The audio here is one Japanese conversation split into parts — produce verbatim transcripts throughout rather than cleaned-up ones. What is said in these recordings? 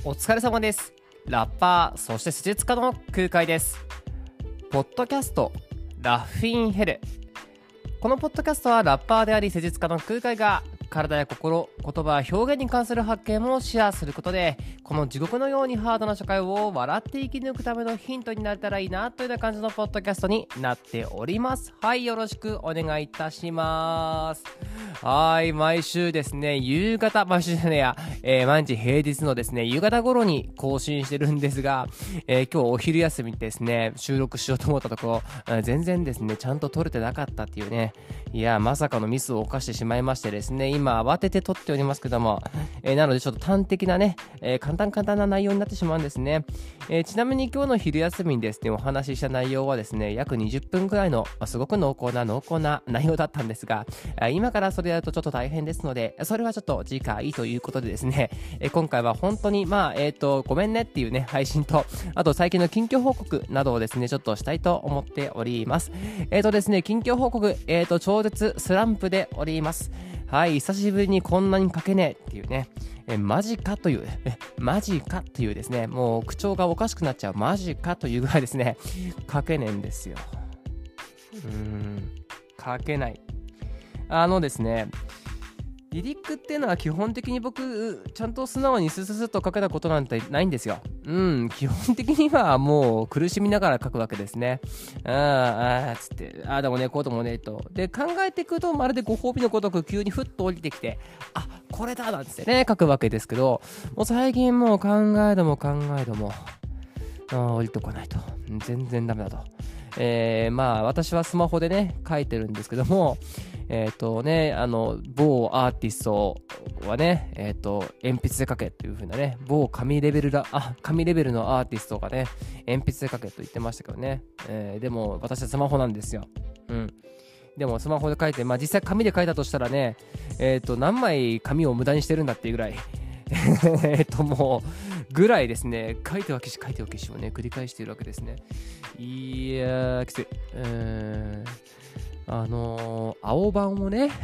お疲れ様です。ラッパー、そして施術家の空海です。ポッドキャスト、ラフィンヘル。このポッドキャストはラッパーであり施術家の空海が体や心、言葉、表現に関する発見をシェアすることで、この地獄のようにハードな社会を笑って生き抜くためのヒントになれたらいいなというような感じのポッドキャストになっております。はい、よろしくお願いいたします。はい、毎週ですね、夕方、毎週じゃねえや、えー、毎日平日のですね、夕方頃に更新してるんですが、えー、今日お昼休みにですね、収録しようと思ったところ、全然ですね、ちゃんと撮れてなかったっていうね、いや、まさかのミスを犯してしまいましてですね、今慌てて撮っておりますけども、えー、なのでちょっと端的なね、えー、簡単簡単な内容になってしまうんですね。えー、ちなみに今日の昼休みにですね、お話しした内容はですね、約にじゅっぷんくらいの、まあ、すごく濃厚な濃厚な内容だったんですが、今からそれやるとちょっと大変ですので、それはちょっと次回ということでですね、えー、今回は本当にまあ、えっと、ごめんねっていうね、配信と、あと最近の近況報告などをですね、ちょっとしたいと思っております。えっとですね、近況報告、えっと、超絶スランプでおります。はい、久しぶりにこんなに書けねえっていうね、えマジかという、えマジかというですね、もう口調がおかしくなっちゃう、マジかというぐらいですね、書けねえんですよ。うーん、書けない。あのですね、リリックっていうのは基本的に僕ちゃんと素直にスススッと書けたことなんてないんですよ。うん基本的にはもう苦しみながら書くわけですね。あーあーつってああでもねこうともねとで考えていくとまるでご褒美のごとく急にふっと降りてきてあこれだなんつってね書くわけですけど、もう最近もう考えども考えどもあ降りてこないと全然ダメだと。えー、まあ私はスマホでね書いてるんですけども、えっ、ー、とねあの某アーティストはねえっ、ー、と鉛筆で書けっていう風なね某紙レベルだあ紙レベルのアーティストがね鉛筆で書けと言ってましたけどね、えー、でも私はスマホなんですよ。うんでもスマホで書いてまあ実際紙で書いたとしたらねえっ、ー、と何枚紙を無駄にしてるんだっていうぐらいえっともうぐらいですね書いては消し書いては消しをね繰り返しているわけですね。いやーきつい。うーんあのー、青版をね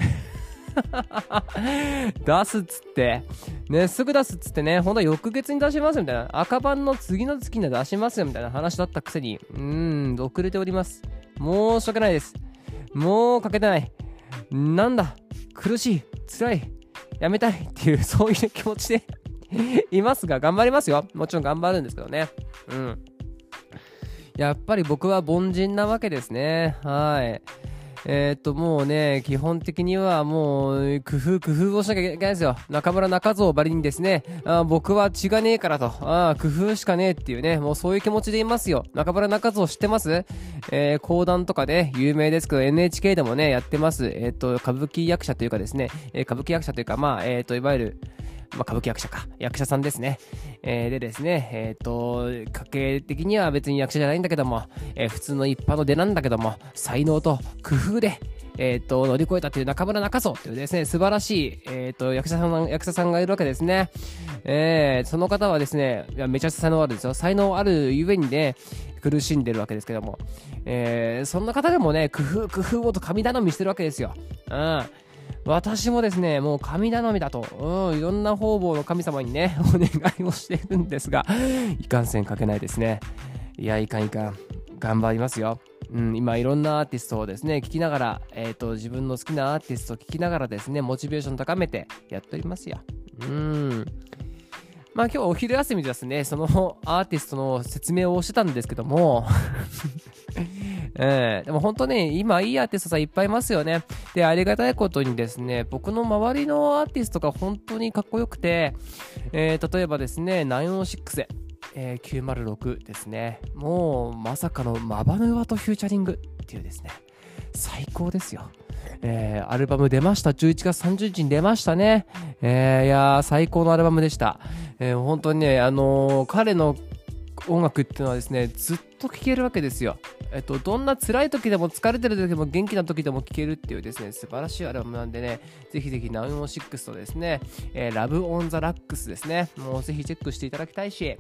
出すっつってねすぐ出すっつってねほんとは翌月に出しますよみたいな赤版の次の月に出しますよみたいな話だったくせにうーん遅れております。申し訳ないです。もう書けてない。なんだ苦しい辛いやめたいっていうそういう気持ちでいますが頑張りますよ。もちろん頑張るんですけどね。うんやっぱり僕は凡人なわけですね。はいえー、っともうね基本的にはもう工夫工夫をしなきゃいけないですよ。中村中蔵ばりにですねあ僕は血がねえからとあ工夫しかねえっていうねもうそういう気持ちでいますよ。中村中蔵知ってます？えー、講談とかね有名ですけど エヌエイチケー でもねやってます。えー、っと歌舞伎役者というかですね、えー、歌舞伎役者というかまあえー、っといわゆるまあ、歌舞伎役者か役者さんですね、えー、でですねえっ、ー、と家系的には別に役者じゃないんだけども、えー、普通の一般の出なんだけども才能と工夫でえー、と乗り越えたという中村中蔵というですね素晴らしい、えー、と役者さん役者さんがいるわけですね、えー、その方はですねいやめちゃくちゃ才能あるんですよ。才能あるゆえにね苦しんでるわけですけども、えー、そんな方でもね工夫工夫をと神頼みしてるわけですよ。うん私もですねもう神頼みだと、うん、いろんな方々の神様にねお願いをしているんですがいかんせん書けないですね。いやいかんいかん頑張りますよ。うん、今いろんなアーティストをですね聞きながら、えーと、自分の好きなアーティストを聞きながらですねモチベーション高めてやっておりますよ。うんまあ今日お昼休みですねそのアーティストの説明をしてたんですけどもえー、でも本当ね今いいアーティストさんいっぱいいますよね。でありがたいことにですね僕の周りのアーティストが本当にかっこよくて、えー、例えばですねナインオーシックス、えー、きゅうまるろくですねもうまさかのマバヌワとフューチャリングっていうですね最高ですよ。えー、アルバム出ました。じゅういちがつさんじゅうにちに出ましたね。えー、いやー最高のアルバムでした。えー、本当にねあのー、彼の音楽っていうのはですねずっと聴けるわけですよ。えっとどんな辛い時でも疲れてる時でも元気な時でも聴けるっていうですね素晴らしいアルバムなんでねぜひぜひナインオーシックスとですね、えー、ラブオンザラックスですねもうぜひチェックしていただきたいし、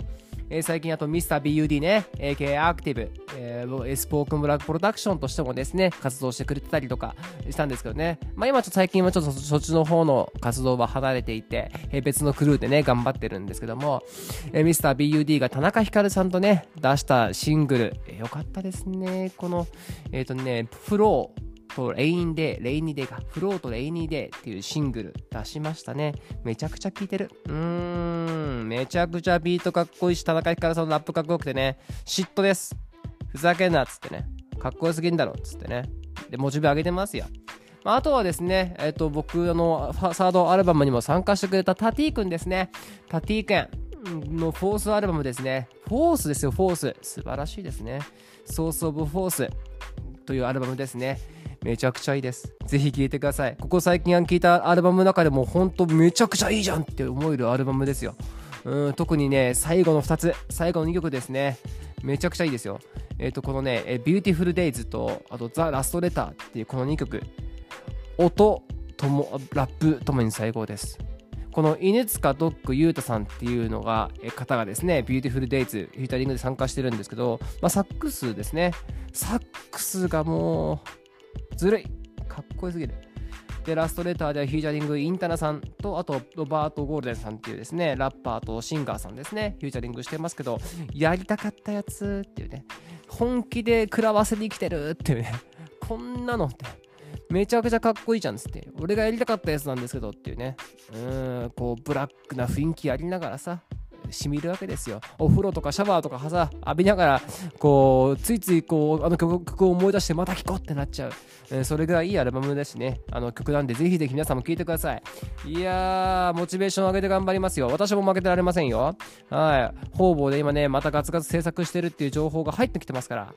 えー、最近あとミスター ビーユーディー ね エーケー アクティブ、えー、エスポークンブラックプロダクションとしてもですね活動してくれてたりとかしたんですけどね、まあ今ちょっと最近はちょっとそっちの方の活動は離れていて、えー、別のクルーでね頑張ってるんですけども、えー、ミスター ビーユーディー が田中ひかるさんとね出したシングル、えー、よかったですね。このえっ、ー、とねフローとレインデー、レイニーデーか、フローとレイニーデーっていうシングル出しましたね。めちゃくちゃ聴いてる。うーん、めちゃくちゃビートかっこいいし、田中ひかるさんのラップかっこよくてね、嫉妬です。ふざけんなっつってね、かっこよすぎんだろっつってね。で、モチベ上げてますよ。まあ、あとはですね、えっと、僕、あの、サードアルバムにも参加してくれたタティくんですね。タティくんのフォースアルバムですね。フォースですよ、フォース。素晴らしいですね。ソースオブフォースというアルバムですね。めちゃくちゃいいです。ぜひ聴いてください。ここ最近聴いたアルバムの中でも本当めちゃくちゃいいじゃんって思えるアルバムですよ。うん、特にね、最後のふたつ、最後のにきょくですね。めちゃくちゃいいですよ。えっと、このね、Beautiful Days と、あと The Last Letter っていうこのにきょく、音とも、ラップともに最高です。この犬塚ドッグゆうたさんっていうのが方がですね Beautiful Days フィーチャリングで参加してるんですけど、まあ、サックスですね。サックスがもうずるい、かっこよすぎる。でラストレターではフィーチャリングインタナさんと、あとロバート・ゴールデンさんっていうですねラッパーとシンガーさんですねフィーチャリングしてますけど、やりたかったやつっていうね、本気で食らわせに来てるっていうね、こんなのってめちゃくちゃかっこいいじゃんっつって、俺がやりたかったやつなんですけどっていうね、うーん、こうブラックな雰囲気やりながらさしみるわけですよ。お風呂とかシャワーとかさ浴びながらこうついついこうあの 曲, 曲を思い出してまた聴こうってなっちゃう、えー、それぐらいいいアルバムだしね、あの曲なんでぜひぜひ皆さんも聴いてください。いやーモチベーション上げて頑張りますよ。私も負けてられませんよ。はい、方々で今ねまたガツガツ制作してるっていう情報が入ってきてますから、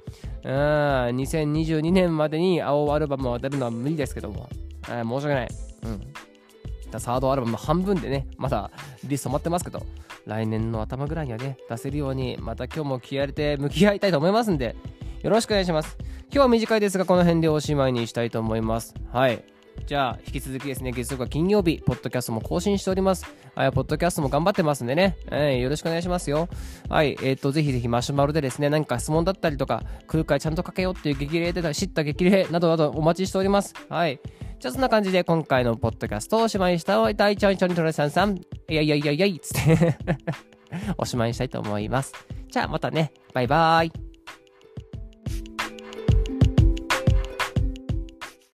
うん、にせんにじゅうにねんまでに青アルバムを出るのは無理ですけども、申し訳ない。うんサードアルバムの半分でねまだリスト待ってますけど、来年の頭ぐらいにはね出せるようにまた今日も気合い入れて向き合いたいと思いますんで、よろしくお願いします。今日は短いですがこの辺でおしまいにしたいと思います。はい、じゃあ引き続きですね月曜か金曜日ポッドキャストも更新しております。はい、ポッドキャストも頑張ってますんでね、えー、よろしくお願いしますよ。はい、えっ、ー、とぜひぜひマシュマロでですね何か質問だったりとか空海ちゃんとかけようっていう激励で知った激励などなどお待ちしております。はい、じゃあそんな感じで今回のポッドキャストをおしまいにしたい大ちゃんちょにとれさんさんいやいやいやいやいつっておしまいにしたいと思います。じゃあまたね、バイバーイ。